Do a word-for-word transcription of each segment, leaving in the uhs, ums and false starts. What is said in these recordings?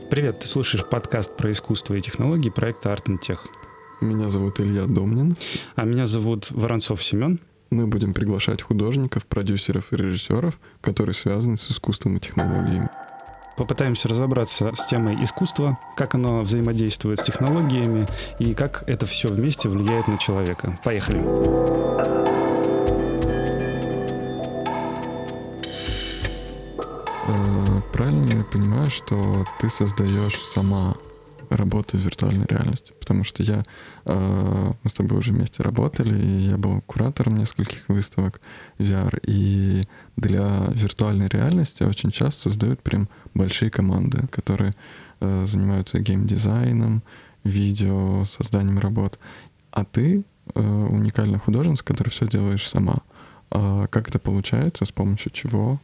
Привет, ты слушаешь подкаст про искусство и технологии проекта Art and Tech. Меня зовут Илья Домнин. А меня зовут Воронцов Семен. Мы будем приглашать художников, продюсеров и режиссеров, которые связаны с искусством и технологиями. Попытаемся разобраться с темой искусства, как оно взаимодействует с технологиями и как это все вместе влияет на человека. Поехали! Правильно я понимаю, что ты создаешь сама работу в виртуальной реальности? Потому что я, мы с тобой уже вместе работали, и я был куратором нескольких выставок ви ар, и для виртуальной реальности очень часто создают прям большие команды, которые занимаются геймдизайном, видео, созданием работ. А ты уникальная художница, которая все делаешь сама. А как это получается, с помощью чего?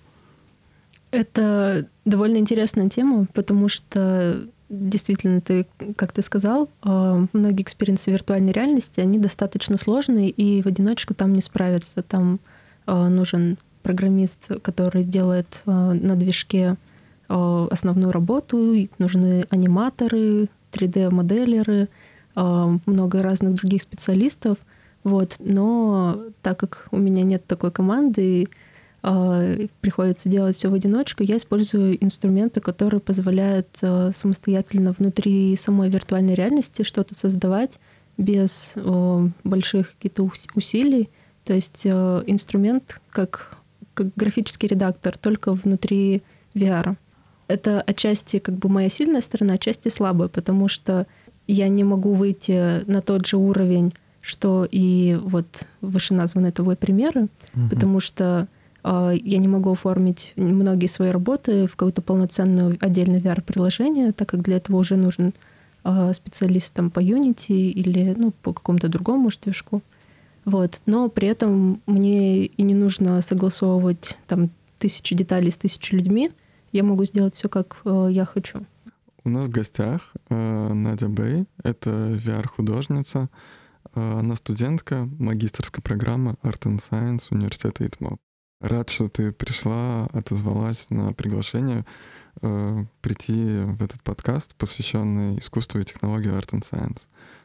Это довольно интересная тема, потому что действительно, ты, как ты сказал, многие экспириенсы виртуальной реальности, они достаточно сложные, и в одиночку там не справиться. Там нужен программист, который делает на движке основную работу, нужны аниматоры, три дэ-моделеры, много разных других специалистов. Вот. Но так как у меня нет такой команды, приходится делать все в одиночку, я использую инструменты, которые позволяют самостоятельно внутри самой виртуальной реальности что-то создавать без больших каких-то усилий. То есть инструмент как, как графический редактор, только внутри ви ар. Это отчасти как бы моя сильная сторона, отчасти слабая, потому что я не могу выйти на тот же уровень, что и вот вышеназванные тобой примеры, mm-hmm. потому что я не могу оформить многие свои работы в какое-то полноценное отдельное ви ар-приложение, так как для этого уже нужен специалист там, по Unity или ну, по какому-то другому, может, движку. Вот. Но при этом мне и не нужно согласовывать там, тысячу деталей с тысячей людьми. Я могу сделать все, как я хочу. У нас в гостях Надя Бэй. Это ви ар-художница. Она студентка магистерской программы Art and Science университета ИТМО. Рад, что ты пришла, отозвалась на приглашение э, прийти в этот подкаст, посвященный искусству и технологии Art and Science.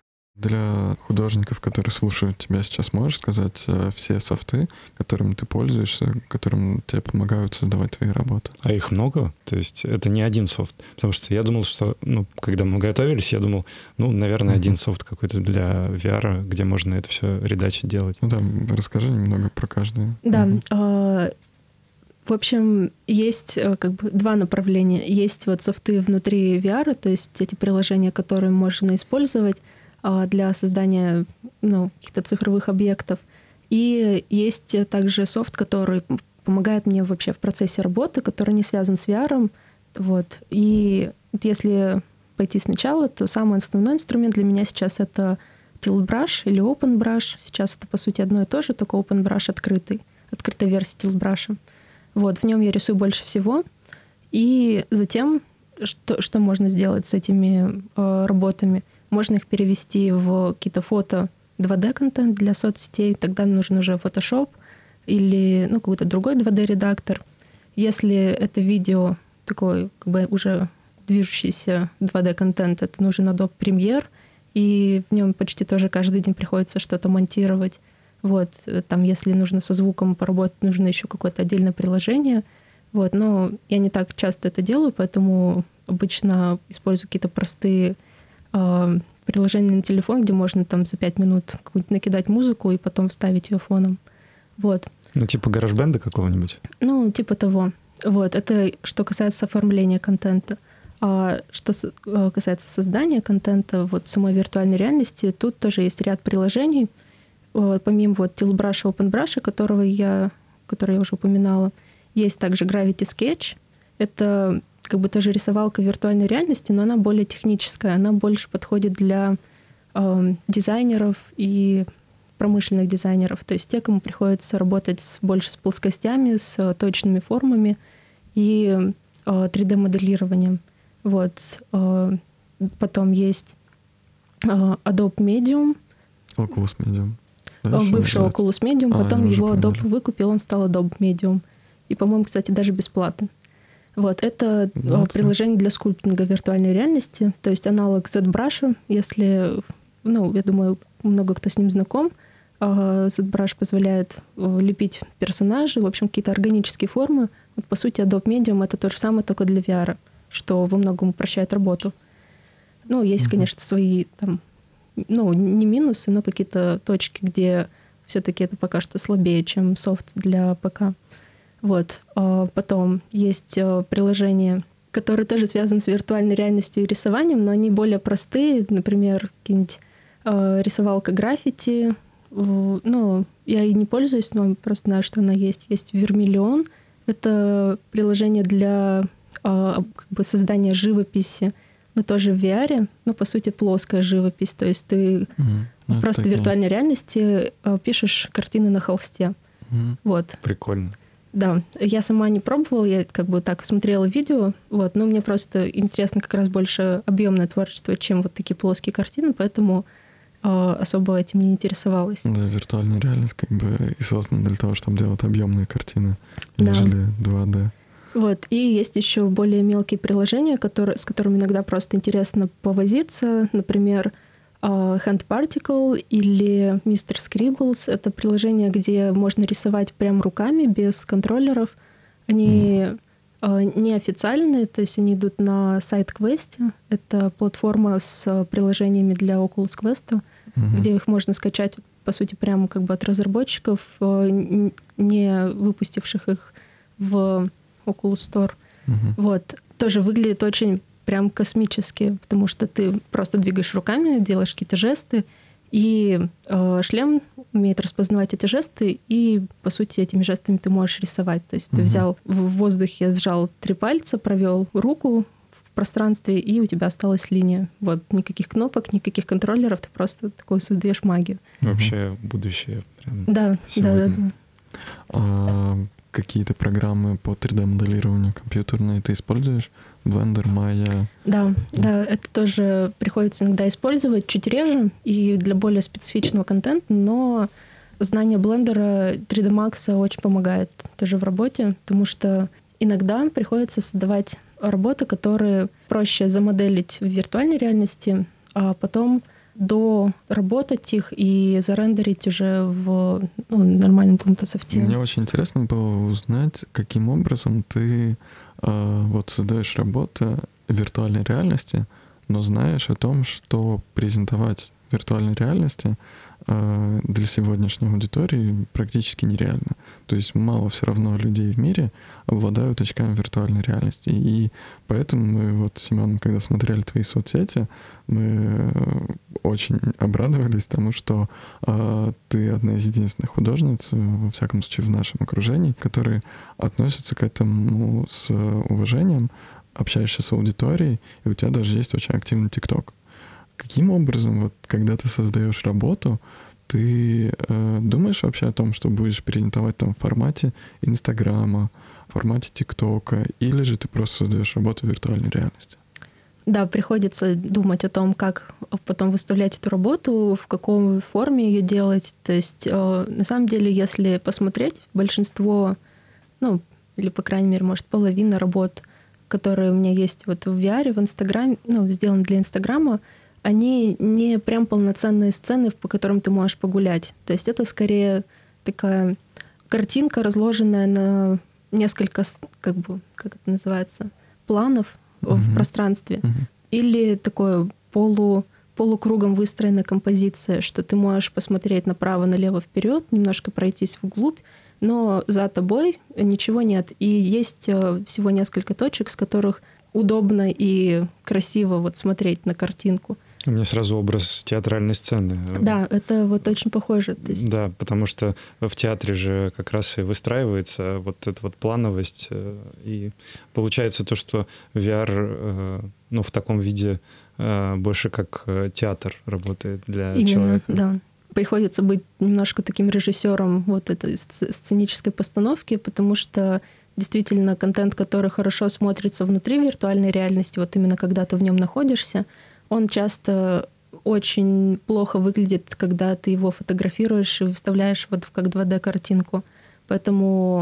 Для художников, которые слушают тебя сейчас, можешь сказать э, все софты, которыми ты пользуешься, которым тебе помогают создавать твои работы? А их много? То есть это не один софт? Потому что я думал, что, ну, когда мы готовились, я думал, ну, наверное, mm-hmm. один софт какой-то для ви ар, где можно это все редачить, делать. Ну да, расскажи немного про каждый. Да, mm-hmm. В общем, есть как бы два направления. Есть вот софты внутри ви ар, то есть эти приложения, которые можно использовать для создания ну, каких-то цифровых объектов. И есть также софт, который помогает мне вообще в процессе работы, который не связан с ви ар. Вот. И если пойти сначала, то самый основной инструмент для меня сейчас это Tilt Brush или Open Brush. Сейчас это, по сути, одно и то же, только Open Brush открытый, открытая версия Tilt Brush. Вот. В нем я рисую больше всего. И затем, что, что можно сделать с этими э, работами? Можно их перевести в какие-то фото два дэ-контент для соцсетей. Тогда нужен уже Photoshop или ну, какой-то другой два дэ-редактор. Если это видео такой как бы уже движущийся два дэ-контент, это нужен Adobe Premiere, и в нем почти тоже каждый день приходится что-то монтировать. Вот. Там, если нужно со звуком поработать, нужно еще какое-то отдельное приложение. Вот. Но я не так часто это делаю, поэтому обычно использую какие-то простые приложение на телефон, где можно там за пять минут какую-нибудь накидать музыку и потом вставить ее фоном. Вот. Ну, типа гараж-бенда какого-нибудь? Ну, типа того. Вот. Это что касается оформления контента. А что касается создания контента, вот самой виртуальной реальности, тут тоже есть ряд приложений. Вот, помимо вот Tilt Brush, Open Brush, которого я, который я уже упоминала, есть также Gravity Sketch. Это как бы тоже рисовалка виртуальной реальности, но она более техническая, она больше подходит для э, дизайнеров и промышленных дизайнеров, то есть те, кому приходится работать с, больше с плоскостями, с э, точными формами и э, три дэ-моделированием. Вот. Э, потом есть э, Adobe Medium. Oculus Medium. Да, бывший Oculus Medium, а, потом его Adobe выкупил, он стал Adobe Medium. И, по-моему, кстати, даже бесплатно. Вот, это Вот. приложение для скульптинга виртуальной реальности, то есть аналог ZBrush, если, ну, я думаю, много кто с ним знаком. ZBrush позволяет лепить персонажей, в общем, какие-то органические формы. Вот, по сути, Adobe Medium — это то же самое, только для ви ар, что во многом упрощает работу. Ну, есть, mm-hmm. конечно, свои там, ну, не минусы, но какие-то точки, где все-таки это пока что слабее, чем софт для ПК. Вот. Потом есть приложения, которые тоже связаны с виртуальной реальностью и рисованием, но они более простые. Например, какие-нибудь рисовалка граффити. Ну, я и не пользуюсь, но просто знаю, что она есть. Есть Vermilion. Это приложение для как бы создания живописи, но тоже в ви ар, но по сути плоская живопись. То есть ты mm-hmm. просто в виртуальной реальности пишешь картины на холсте. Mm-hmm. Вот. Прикольно. Да, я сама не пробовала, я как бы так смотрела видео, вот, но мне просто интересно как раз больше объемное творчество, чем вот такие плоские картины, поэтому э, особо этим не интересовалась. Да, виртуальная реальность как бы и создана для того, чтобы делать объемные картины, да. нежели два дэ. Вот, и есть еще более мелкие приложения, которые, с которыми иногда просто интересно повозиться, например, Hand Particle или мистер Scribbles. Это приложение, где можно рисовать прям руками, без контроллеров. Они mm. неофициальные, то есть они идут на SideQuest. Это платформа с приложениями для Oculus Quest, mm-hmm. где их можно скачать, по сути, прямо как бы от разработчиков, не выпустивших их в Oculus Store. Mm-hmm. Вот. Тоже выглядит очень прям космически, потому что ты просто двигаешь руками, делаешь какие-то жесты, и э, шлем умеет распознавать эти жесты, и, по сути, этими жестами ты можешь рисовать. То есть mm-hmm. ты взял в воздухе, сжал три пальца, провел руку в пространстве, и у тебя осталась линия. Вот, никаких кнопок, никаких контроллеров, ты просто такой создаешь магию. Вообще mm-hmm. будущее прям да, сегодня. Да, да, да. А какие-то программы по три дэ-моделированию компьютерные ты используешь? Blender, Maya? Да, да, это тоже приходится иногда использовать чуть реже и для более специфичного контента, но знание Blender, три дэ Max очень помогает тоже в работе, потому что иногда приходится создавать работы, которые проще замоделить в виртуальной реальности, а потом доработать их и зарендерить уже в ну, нормальном каком-то софте. Мне очень интересно было узнать, каким образом ты э, вот создаешь работу в виртуальной реальности, но знаешь о том, что презентовать в виртуальной реальности э, для сегодняшней аудитории практически нереально. То есть мало все равно людей в мире обладают очками виртуальной реальности. И поэтому мы вот с Семеном, когда смотрели твои соцсети, мы очень обрадовались тому, что э, ты одна из единственных художниц, во всяком случае в нашем окружении, которые относятся к этому с уважением, общаешься с аудиторией, и у тебя даже есть очень активный ТикТок. Каким образом, вот, когда ты создаешь работу, ты э, думаешь вообще о том, что будешь презентовать там в формате Инстаграма, в формате ТикТока, или же ты просто создаешь работу в виртуальной реальности? Да, приходится думать о том, как потом выставлять эту работу, в какой форме ее делать. То есть, э, на самом деле, если посмотреть, большинство, ну, или, по крайней мере, может, половина работ, которые у меня есть вот в ви ар, в Инстаграме, ну, сделаны для Инстаграма, они не прям полноценные сцены, по которым ты можешь погулять. То есть это скорее такая картинка, разложенная на несколько, как бы, как это называется, планов mm-hmm. в пространстве. Mm-hmm. Или такое полу, полукругом выстроенная композиция, что ты можешь посмотреть направо, налево, вперед, немножко пройтись вглубь, но за тобой ничего нет. И есть всего несколько точек, с которых удобно и красиво вот смотреть на картинку. У меня сразу образ театральной сцены. Да, это вот очень похоже. То есть... Да, потому что в театре же как раз и выстраивается вот эта вот плановость. И получается то, что ви ар ну, в таком виде больше как театр работает для Именно, человека. Да. Приходится быть немножко таким режиссером вот этой сценической постановки, потому что действительно контент, который хорошо смотрится внутри виртуальной реальности, вот именно когда ты в нем находишься, он часто очень плохо выглядит, когда ты его фотографируешь и выставляешь вот как два дэ-картинку. Поэтому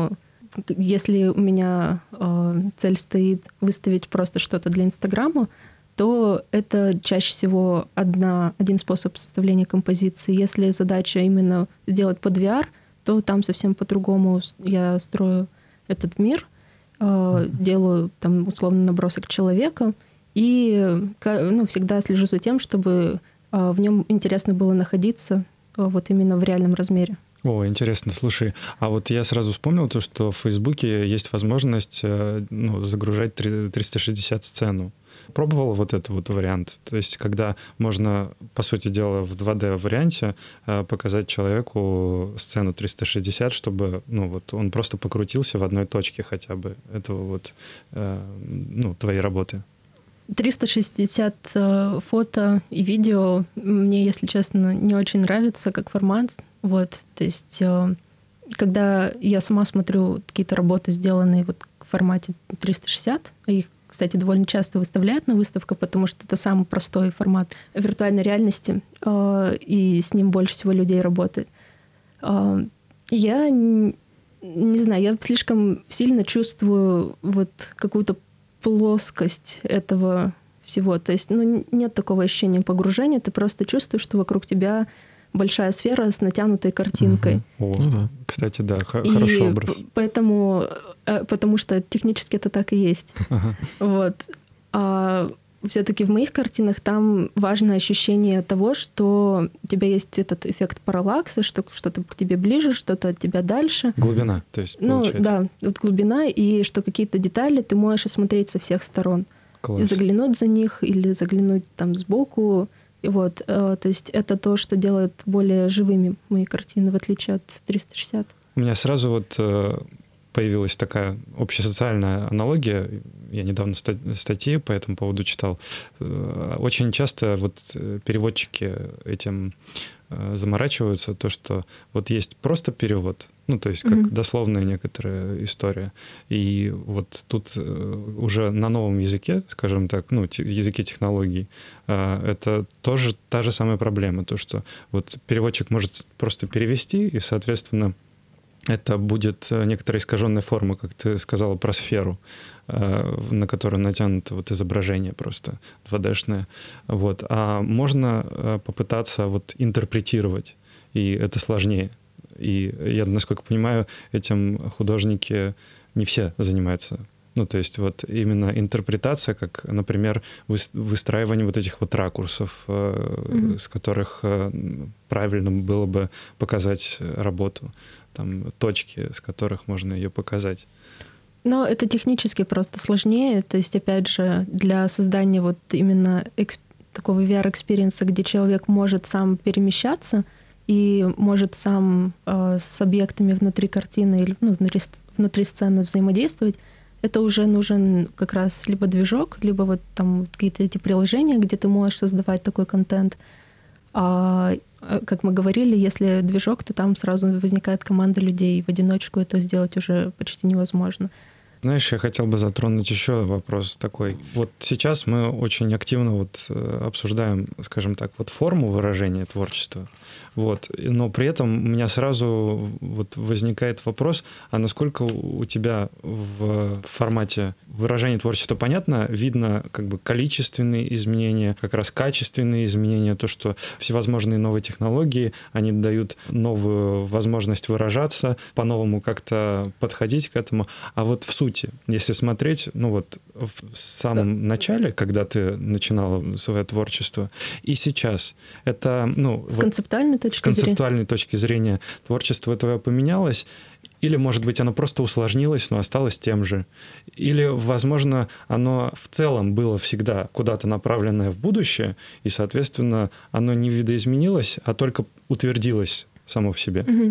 если у меня э, цель стоит выставить просто что-то для Инстаграма, то это чаще всего одна, один способ составления композиции. Если задача именно сделать под ви ар, то там совсем по-другому я строю этот мир, э, делаю там условно набросок человека и ну, всегда слежу за тем, чтобы э, в нем интересно было находиться э, вот именно в реальном размере. О, интересно, слушай, а вот я сразу вспомнил то, что в Фейсбуке есть возможность ну, загружать триста шестьдесят сцену. Пробовал вот этот вот вариант? То есть когда можно, по сути дела, в два дэ варианте показать человеку сцену триста шестьдесят, чтобы ну, вот он просто покрутился в одной точке хотя бы этого вот, ну, твоей работы. триста шестьдесят фото и видео мне, если честно, не очень нравится как формат. Вот, то есть, когда я сама смотрю какие-то работы, сделанные вот в формате триста шестьдесят, их, кстати, довольно часто выставляют на выставках, потому что это самый простой формат виртуальной реальности, и с ним больше всего людей работает. Я не знаю, я слишком сильно чувствую вот какую-то плоскость этого всего. То есть, ну, нет такого ощущения погружения, ты просто чувствуешь, что вокруг тебя большая сфера с натянутой картинкой. Угу. О, ну, да. Кстати, да, х- и хороший образ. Поэтому, потому что технически это так и есть. Ага. Вот. А все-таки в моих картинах там важно ощущение того, что у тебя есть этот эффект параллакса, что что-то к тебе ближе, что-то от тебя дальше. Глубина, то есть, ну, получается. Да, вот глубина, и что какие-то детали ты можешь осмотреть со всех сторон. Класс. И заглянуть за них, или заглянуть там сбоку. И вот, э, то есть это то, что делает более живыми мои картины, в отличие от триста шестьдесят. У меня сразу вот э, появилась такая общесоциальная аналогия. Я недавно ста- статьи по этому поводу читал. Э, очень часто вот переводчики этим э, заморачиваются, то, что вот есть просто перевод, ну, то есть как mm-hmm. дословная некоторая история. И вот тут э, уже на новом языке, скажем так, ну, те, языке технологий, э, это тоже та же самая проблема, то, что вот переводчик может просто перевести, и, соответственно, это будет некоторая искаженная форма, как ты сказала, про сферу, на которую натянуто вот изображение просто два дэ-шное. Вот. А можно попытаться вот интерпретировать, и это сложнее. И я, насколько понимаю, этим художники не все занимаются. Ну, то есть вот именно интерпретация, как, например, выстраивание вот этих вот ракурсов, mm-hmm. с которых правильно было бы показать работу, там, точки, с которых можно ее показать. Но это технически просто сложнее. То есть, опять же, для создания вот именно эксп... такого ви ар-экспириенса, где человек может сам перемещаться и может сам э, с объектами внутри картины или ну, внутри, внутри сцены взаимодействовать, это уже нужен как раз либо движок, либо вот там какие-то эти приложения, где ты можешь создавать такой контент. А, как мы говорили, если движок, то там сразу возникает команда людей. В одиночку это сделать уже почти невозможно. Знаешь, я хотел бы затронуть еще вопрос такой. Вот сейчас мы очень активно вот обсуждаем, скажем так, вот форму выражения творчества. Вот. Но при этом у меня сразу вот возникает вопрос, а насколько у тебя в формате выражения творчества понятно, видно как бы количественные изменения, как раз качественные изменения, то, что всевозможные новые технологии, они дают новую возможность выражаться, по-новому как-то подходить к этому. А вот в сути, если смотреть, ну вот в самом да. начале, когда ты начинала свое творчество, и сейчас, это, ну... С вот, концептуальной точки с концептуальной зрения. точки зрения творчество твое поменялось, или, может быть, оно просто усложнилось, но осталось тем же. Или, возможно, оно в целом было всегда куда-то направленное в будущее, и, соответственно, оно не видоизменилось, а только утвердилось само в себе. Угу.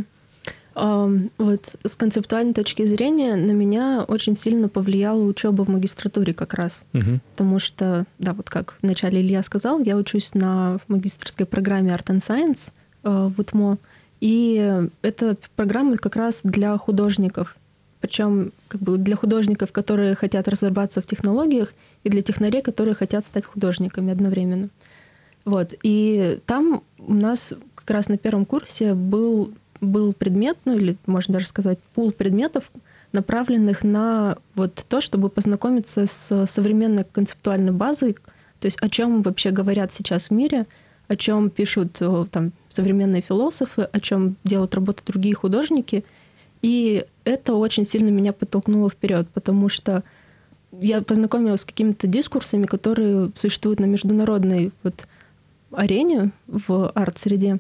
Вот с концептуальной точки зрения на меня очень сильно повлияла учеба в магистратуре как раз. Угу. Потому что, да, вот как вначале Илья сказал, я учусь на магистерской программе Art and Science в УТМО. И эта программа как раз для художников. Причем как бы для художников, которые хотят разобраться в технологиях, и для технарей, которые хотят стать художниками одновременно. Вот. И там у нас как раз на первом курсе был... был предмет, ну или можно даже сказать пул предметов, направленных на вот то, чтобы познакомиться с современной концептуальной базой, то есть о чем вообще говорят сейчас в мире, о чем пишут там современные философы, о чем делают работы другие художники. И это очень сильно меня подтолкнуло вперед, потому что я познакомилась с какими-то дискурсами, которые существуют на международной вот арене в арт-среде,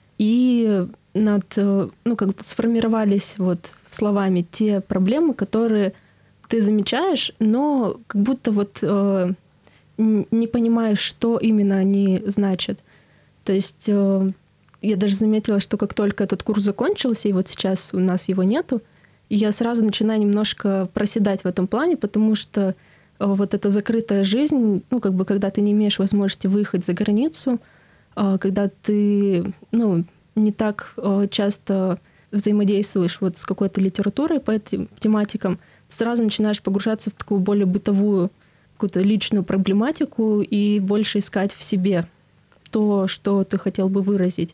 и над, ну, как бы сформировались вот словами те проблемы, которые ты замечаешь, но как будто вот э, не понимаешь, что именно они значат. То есть э, я даже заметила, что как только этот курс закончился, и вот сейчас у нас его нету, я сразу начинаю немножко проседать в этом плане, потому что вот эта закрытая жизнь, ну, как бы, когда ты не имеешь возможности выехать за границу, когда ты, ну, не так часто взаимодействуешь вот с какой-то литературой по этим тематикам, сразу начинаешь погружаться в такую более бытовую, какую-то личную проблематику и больше искать в себе то, что ты хотел бы выразить.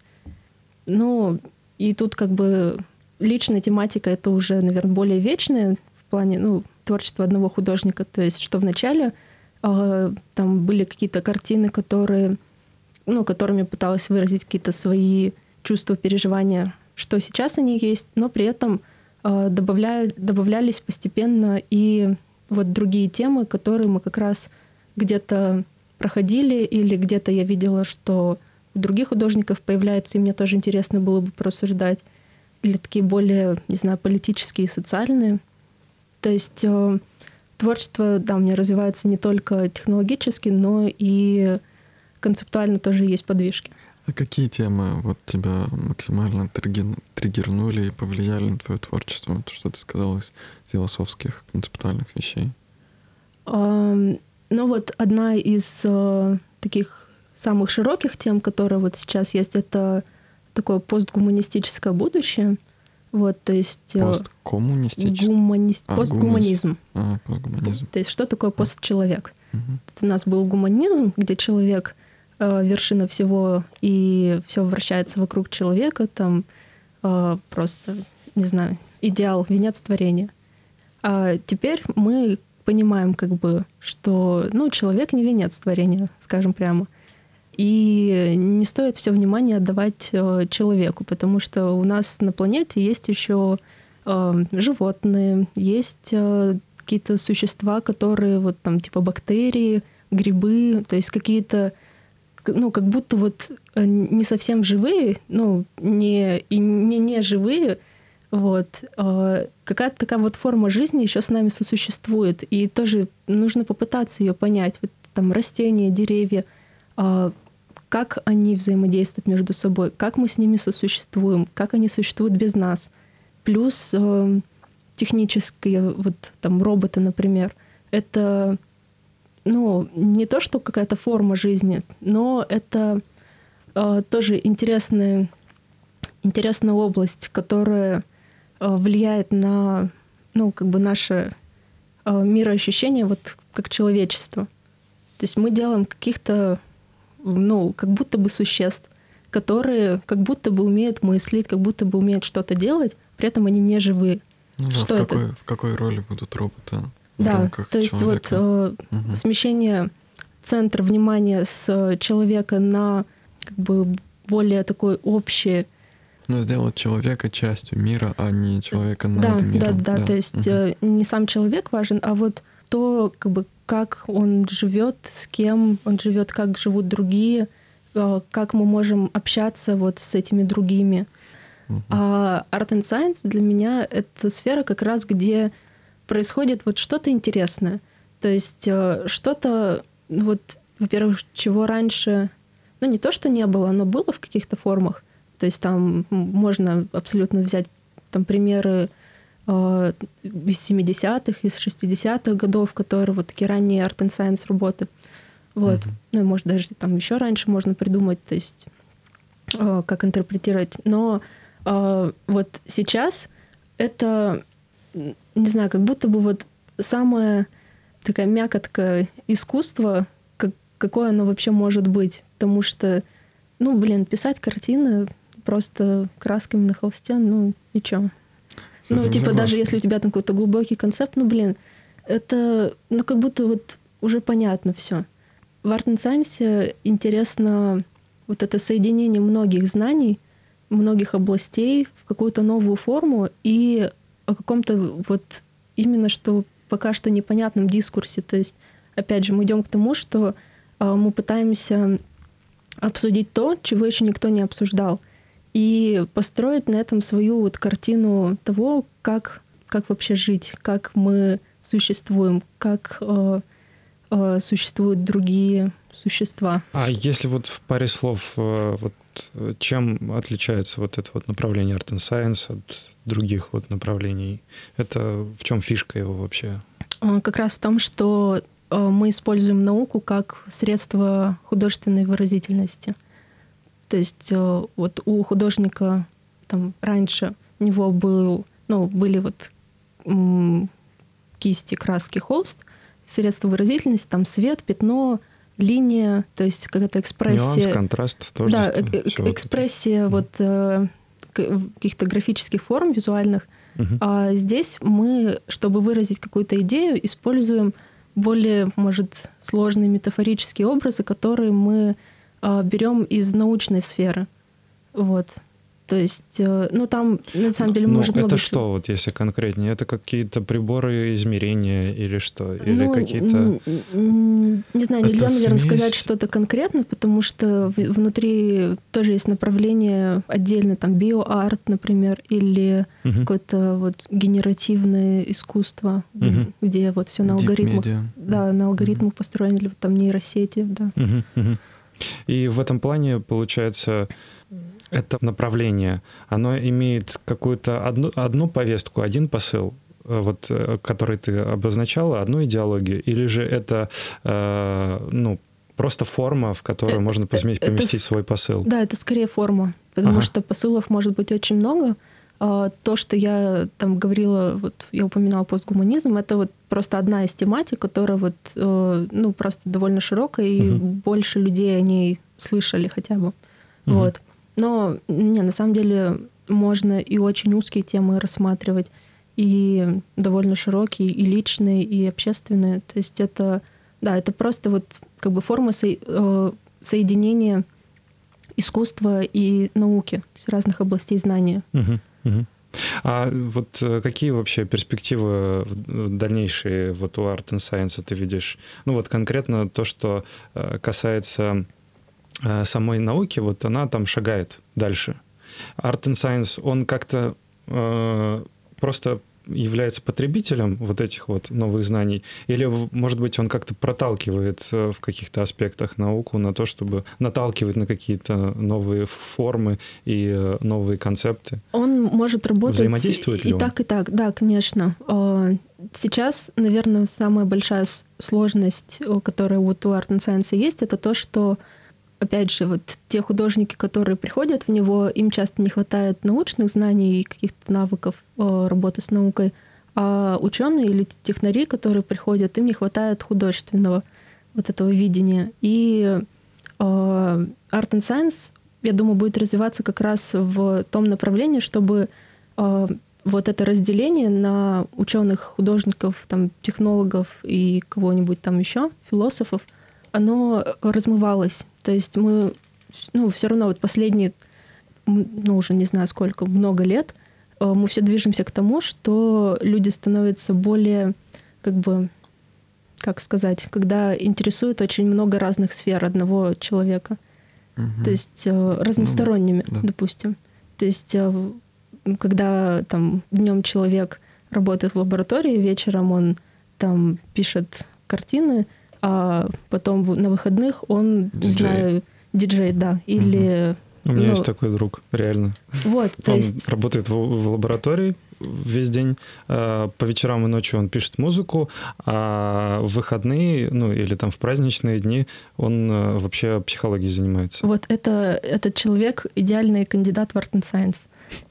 Ну, и тут как бы личная тематика — это уже, наверное, более вечная в плане, ну, творчества одного художника. То есть, что вначале э, там были какие-то картины, которые, ну, которыми пыталась выразить какие-то свои чувства, переживания, что сейчас они есть, но при этом э, добавля... добавлялись постепенно и вот другие темы, которые мы как раз где-то проходили, или где-то я видела, что у других художников появляется, и мне тоже интересно было бы порассуждать, или такие более, не знаю, политические, социальные. То есть э, творчество, да, у меня развивается не только технологически, но и концептуально тоже есть подвижки. А какие темы вот тебя максимально триггер... триггернули и повлияли на твое творчество? Вот что ты сказала из философских, концептуальных вещей? Э, ну вот одна из э, таких самых широких тем, которая вот сейчас есть, это такое постгуманистическое будущее. Вот, то есть... Посткоммунистическое? Гуманист... А, постгуманизм. А, постгуманизм. То есть что такое постчеловек? Угу. У нас был гуманизм, где человек э, вершина всего, и все вращается вокруг человека, там э, просто, не знаю, идеал, венец творения. А теперь мы понимаем, как бы, что, ну, человек не венец творения, скажем прямо. И не стоит все внимание отдавать э, человеку, потому что у нас на планете есть еще э, животные, есть э, какие-то существа, которые вот там типа бактерии, грибы, то есть какие-то, ну, как будто вот не совсем живые, ну, не, и не, не живые, вот. Э, какая-то такая вот форма жизни еще с нами сосуществует, и тоже нужно попытаться ее понять. Вот там растения, деревья, э, как они взаимодействуют между собой, как мы с ними сосуществуем, как они существуют без нас. Плюс э, технические вот там роботы, например, это, ну, не то, что какая-то форма жизни, но это э, тоже интересная, интересная область, которая э, влияет на, ну, как бы наше э, мироощущение вот как человечество. То есть мы делаем каких-то, ну, как будто бы существ, которые как будто бы умеют мыслить, как будто бы умеют что-то делать, при этом они не живые. Ну да, что в, это? какой, в какой роли будут роботы в да, рамках то есть человека? вот э, угу. смещение центра внимания с человека на как бы более такой общий. Ну, сделать человека частью мира, а не человека над да, миром. Да, да, да, то есть угу. э, не сам человек важен, а вот то, как бы, как он живет, с кем он живет, как живут другие, как мы можем общаться вот с этими другими. Uh-huh. А Art and Science для меня — это сфера как раз, где происходит вот что-то интересное. То есть что-то, вот, во-первых, чего раньше, ну не то, что не было, оно было в каких-то формах. То есть там можно абсолютно взять там примеры э, из семидесятых, из шестидесятых годов, которые вот такие ранние Art and Science работы. Вот. Mm-hmm. Ну и, может, даже там еще раньше можно придумать, то есть э, как интерпретировать. Но э, вот сейчас это, не знаю, как будто бы вот самая такая мякотка искусства, как, какое оно вообще может быть. Потому что, ну, блин, писать картины просто красками на холсте, ну и чё? Ну, этим типа, даже согласен. если у тебя там какой-то глубокий концепт, ну, блин, это, ну, как будто вот уже понятно все. В Art and Science интересно вот это соединение многих знаний, многих областей в какую-то новую форму и о каком-то вот именно что пока что непонятном дискурсе. То есть, опять же, мы идем к тому, что э, мы пытаемся обсудить то, чего еще никто не обсуждал, и построить на этом свою вот картину того, как, как вообще жить, как мы существуем, как э, э, существуют другие существа. А если вот в паре слов, э, вот чем отличается вот это вот направление Art and Science от других вот направлений? Это в чем фишка его вообще? Э, Как раз в том, что э, мы используем науку как средство художественной выразительности. То есть э, вот у художника там раньше у него был, ну, были вот м, кисти, краски, холст, средства выразительности, там свет, пятно, линия, то есть какая-то экспрессия. Нюанс, контраст, тоже. Да, э- э- экспрессия вот, э, каких-то графических форм визуальных. Угу. А здесь мы, чтобы выразить какую-то идею, используем более, может, сложные метафорические образы, которые мы э, берем из научной сферы. Вот. То есть, э, ну там, на самом деле, ну, может много это чего. что, вот если конкретнее? Это какие-то приборы измерения или что? Или Ну, какие-то... н- н- Не знаю, нельзя, Это наверное, смесь? сказать что-то конкретно, потому что в- внутри тоже есть направление отдельно, там, биоарт, например, или Мгм. какое-то вот генеративное искусство, г- Мгм. где вот все на Deep алгоритмах. media. Да, на алгоритмах построены, или вот там нейросети, да. Мгм, мгм. И в этом плане, получается, это направление, оно имеет какую-то одну, одну повестку, один посыл, э, вот, э, который ты обозначала, одну идеологию, или же это э, ну, просто форма, в которую Э, можно э, поместить, это поместить с- свой посыл? Да, это скорее форма, потому Ага. что посылов может быть очень много. А то, что я там говорила, вот я упоминала постгуманизм, это вот просто одна из тематик, которая вот, э, ну, просто довольно широкая, и Мгм. больше людей о ней слышали хотя бы. Мгм. Вот. Но, не, на самом деле можно и очень узкие темы рассматривать, и довольно широкие, и личные, и общественные. То есть это, да, это просто вот как бы форма со- э, соединения искусства и науки, то есть разных областей знания. Мгм, мгм. А вот э, какие вообще перспективы в- дальнейшие вот у Art and Science ты видишь? Ну вот конкретно то, что э, касается э, самой науки, вот она там шагает дальше. Art and Science, он как-то э, просто является потребителем вот этих вот новых знаний? Или, в- может быть, он как-то проталкивает э, в каких-то аспектах науку на то, чтобы наталкивать на какие-то новые формы и э, новые концепты? Он может работать Взаимодействует ли и он? так, и так. Да, конечно. А, Сейчас, наверное, самая большая с- сложность, о, которая вот у Art and Science есть, это то, что, опять же, вот те художники, которые приходят в него, им часто не хватает научных знаний и каких-то навыков э, работы с наукой, а ученые или технари, которые приходят, им не хватает художественного вот этого видения. И э, Art and Science, я думаю, будет развиваться как раз в том направлении, чтобы э, вот это разделение на ученых, художников, там, технологов и кого-нибудь там еще, философов, оно размывалось. То есть мы, ну, все равно вот последние, м, ну, уже не знаю сколько, много лет, э, мы все движемся к тому, что люди становятся более, как бы, как сказать, когда интересует очень много разных сфер одного человека. Мгм. То есть э, разносторонними, да. допустим. То есть э, в- когда там днем человек работает в лаборатории, вечером он там пишет картины, а потом в- на выходных он, не Диджеет. знаю, диджей, да, или У меня Ну, есть такой друг, реально. вот, то Он есть работает в, в лаборатории весь день, э, по вечерам и ночью он пишет музыку, а в выходные, ну или там в праздничные дни он э, вообще психологией занимается. вот это этот человек идеальный кандидат в Art and Science.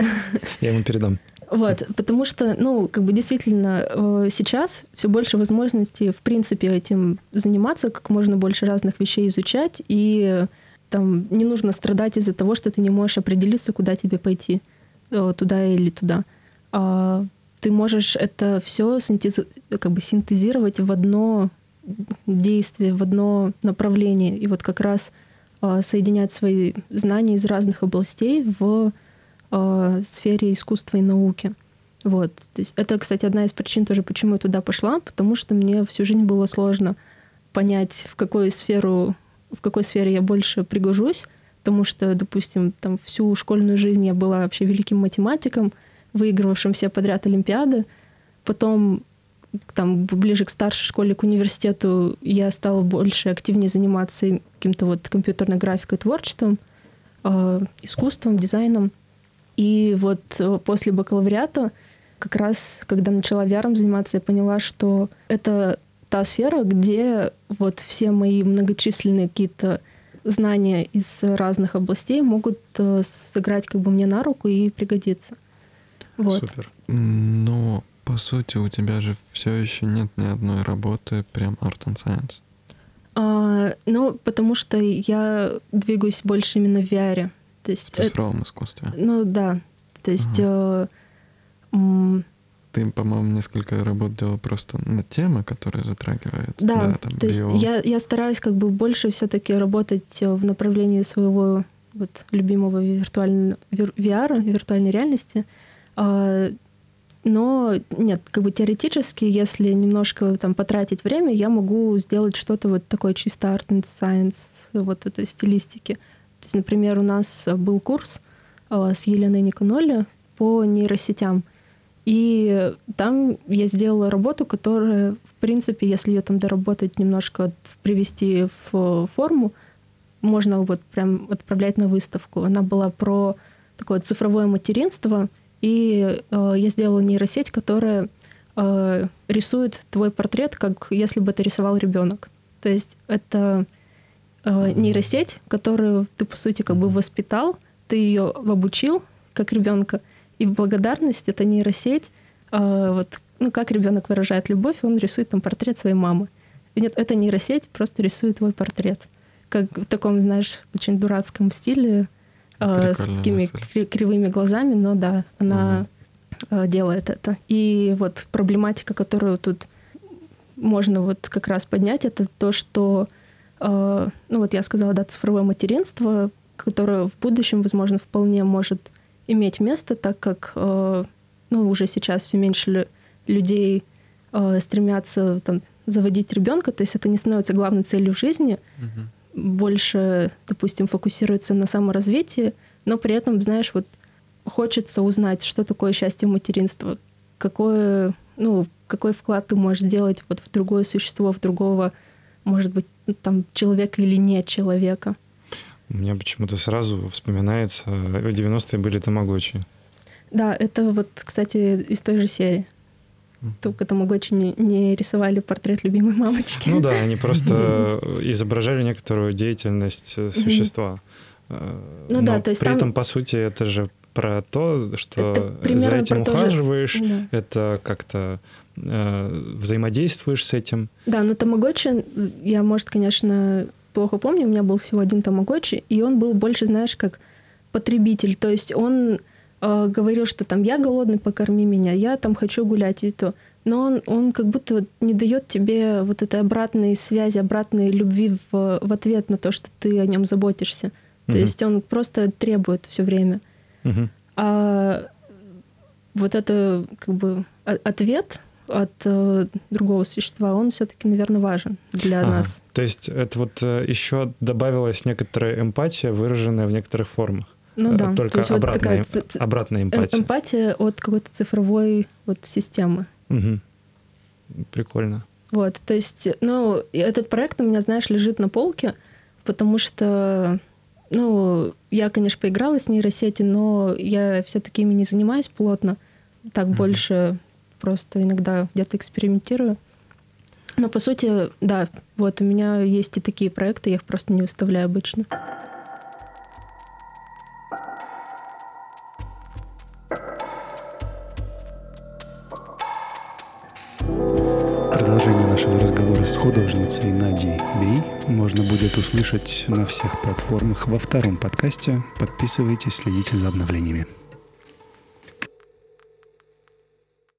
Я ему передам. Вот, потому что, ну, как бы действительно э, сейчас все больше возможностей, в принципе, этим заниматься, как можно больше разных вещей изучать, и там не нужно страдать из-за того, что ты не можешь определиться, куда тебе пойти, э, туда или туда. ты можешь это все синтез... как бы синтезировать в одно действие, в одно направление. И вот как раз соединять свои знания из разных областей в сфере искусства и науки. Вот. То есть это, кстати, одна из причин тоже, почему я туда пошла, потому что мне всю жизнь было сложно понять, в какую сферу, в какой сфере я больше пригожусь, потому что, допустим, там всю школьную жизнь я была вообще великим математиком, выигрывавшим все подряд олимпиады. Потом, там, ближе к старшей школе, к университету, я стала больше, активнее заниматься каким-то вот компьютерной графикой, творчеством, э, искусством, дизайном. И вот после бакалавриата, как раз, когда начала ви ар заниматься, я поняла, что это та сфера, где вот все мои многочисленные какие-то знания из разных областей могут сыграть как бы мне на руку и пригодиться. Вот. Супер. Но, по сути, у тебя же все еще нет ни одной работы прям Art and Science. А, ну, потому что я двигаюсь больше именно в ви ар. То есть, в цифровом искусстве. Ну да. То есть... Ага. Э, м- Ты, по-моему, несколько работ делал просто на темы, которые затрагиваются. Да, да там, то есть я, я стараюсь как бы больше все-таки работать в направлении своего вот любимого виртуального ви ар, виртуальной реальности. Но нет, как бы теоретически, если немножко там потратить время, я могу сделать что-то вот такое чисто art and science, вот этой стилистики. То есть, например, у нас был курс с Еленой Никоноли по нейросетям. И там я сделала работу, которая, в принципе, если ее там доработать немножко, привести в форму, можно вот прям отправлять на выставку. Она была про такое цифровое материнство, и э, я сделала нейросеть, которая э, рисует твой портрет, как если бы это рисовал ребенок. То есть это э, нейросеть, которую ты, по сути, как бы воспитал, ты ее обучил как ребенка, и в благодарность эта нейросеть, э, вот, ну, как ребенок выражает любовь, он рисует там портрет своей мамы. И нет, эта нейросеть просто рисует твой портрет. Как в таком, знаешь, очень дурацком стиле, э, с такими мысль. Кривыми глазами, но да, она угу. э, делает это. И вот проблематика, которую тут можно вот как раз поднять, это то, что, э, ну вот я сказала, да, цифровое материнство, которое в будущем, возможно, вполне может иметь место, так как э, ну, уже сейчас все меньше людей э, стремятся там, заводить ребенка, то есть это не становится главной целью в жизни, угу. больше, допустим, фокусируется на саморазвитии, но при этом, знаешь, вот хочется узнать, что такое счастье материнства, какое, ну, какой вклад ты можешь сделать вот в другое существо, в другого, может быть, там, человека или не человека. У меня почему-то сразу вспоминается, в девяностые были тамагочи. Да, это вот, кстати, из той же серии. Только тамагочи не, не рисовали портрет любимой мамочки. Ну да, они просто изображали некоторую деятельность существа. Ну Но да, то есть при там... этом, по сути, это же про то, что это за этим ухаживаешь, же... да. это как-то э, взаимодействуешь с этим. Да, но тамагочи, я, может, конечно... плохо помню, у меня был всего один тамагочи, и он был больше, знаешь, как потребитель. То есть он э, говорил, что там я голодный, покорми меня, я там хочу гулять и то. Но он, он как будто вот не дает тебе вот этой обратной связи, обратной любви в, в ответ на то, что ты о нем заботишься. То uh-huh. есть он просто требует все время. Uh-huh. А вот это как бы ответ от э, другого существа, он все-таки, наверное, важен для ага. нас. То есть это вот э, еще добавилась некоторая эмпатия, выраженная в некоторых формах. Ну да. Только есть обратная, вот такая ц- обратная эмпатия. Эмпатия от какой-то цифровой вот системы. Угу. Прикольно. Вот, то есть, ну, этот проект у меня, знаешь, лежит на полке, потому что, ну, я, конечно, поиграла с нейросетью, но я все-таки ими не занимаюсь плотно. Так угу. больше... просто иногда где-то экспериментирую. Но, по сути, да, вот у меня есть и такие проекты, я их просто не выставляю обычно. Продолжение нашего разговора с художницей Надей Бей можно будет услышать на всех платформах во втором подкасте. Подписывайтесь, следите за обновлениями.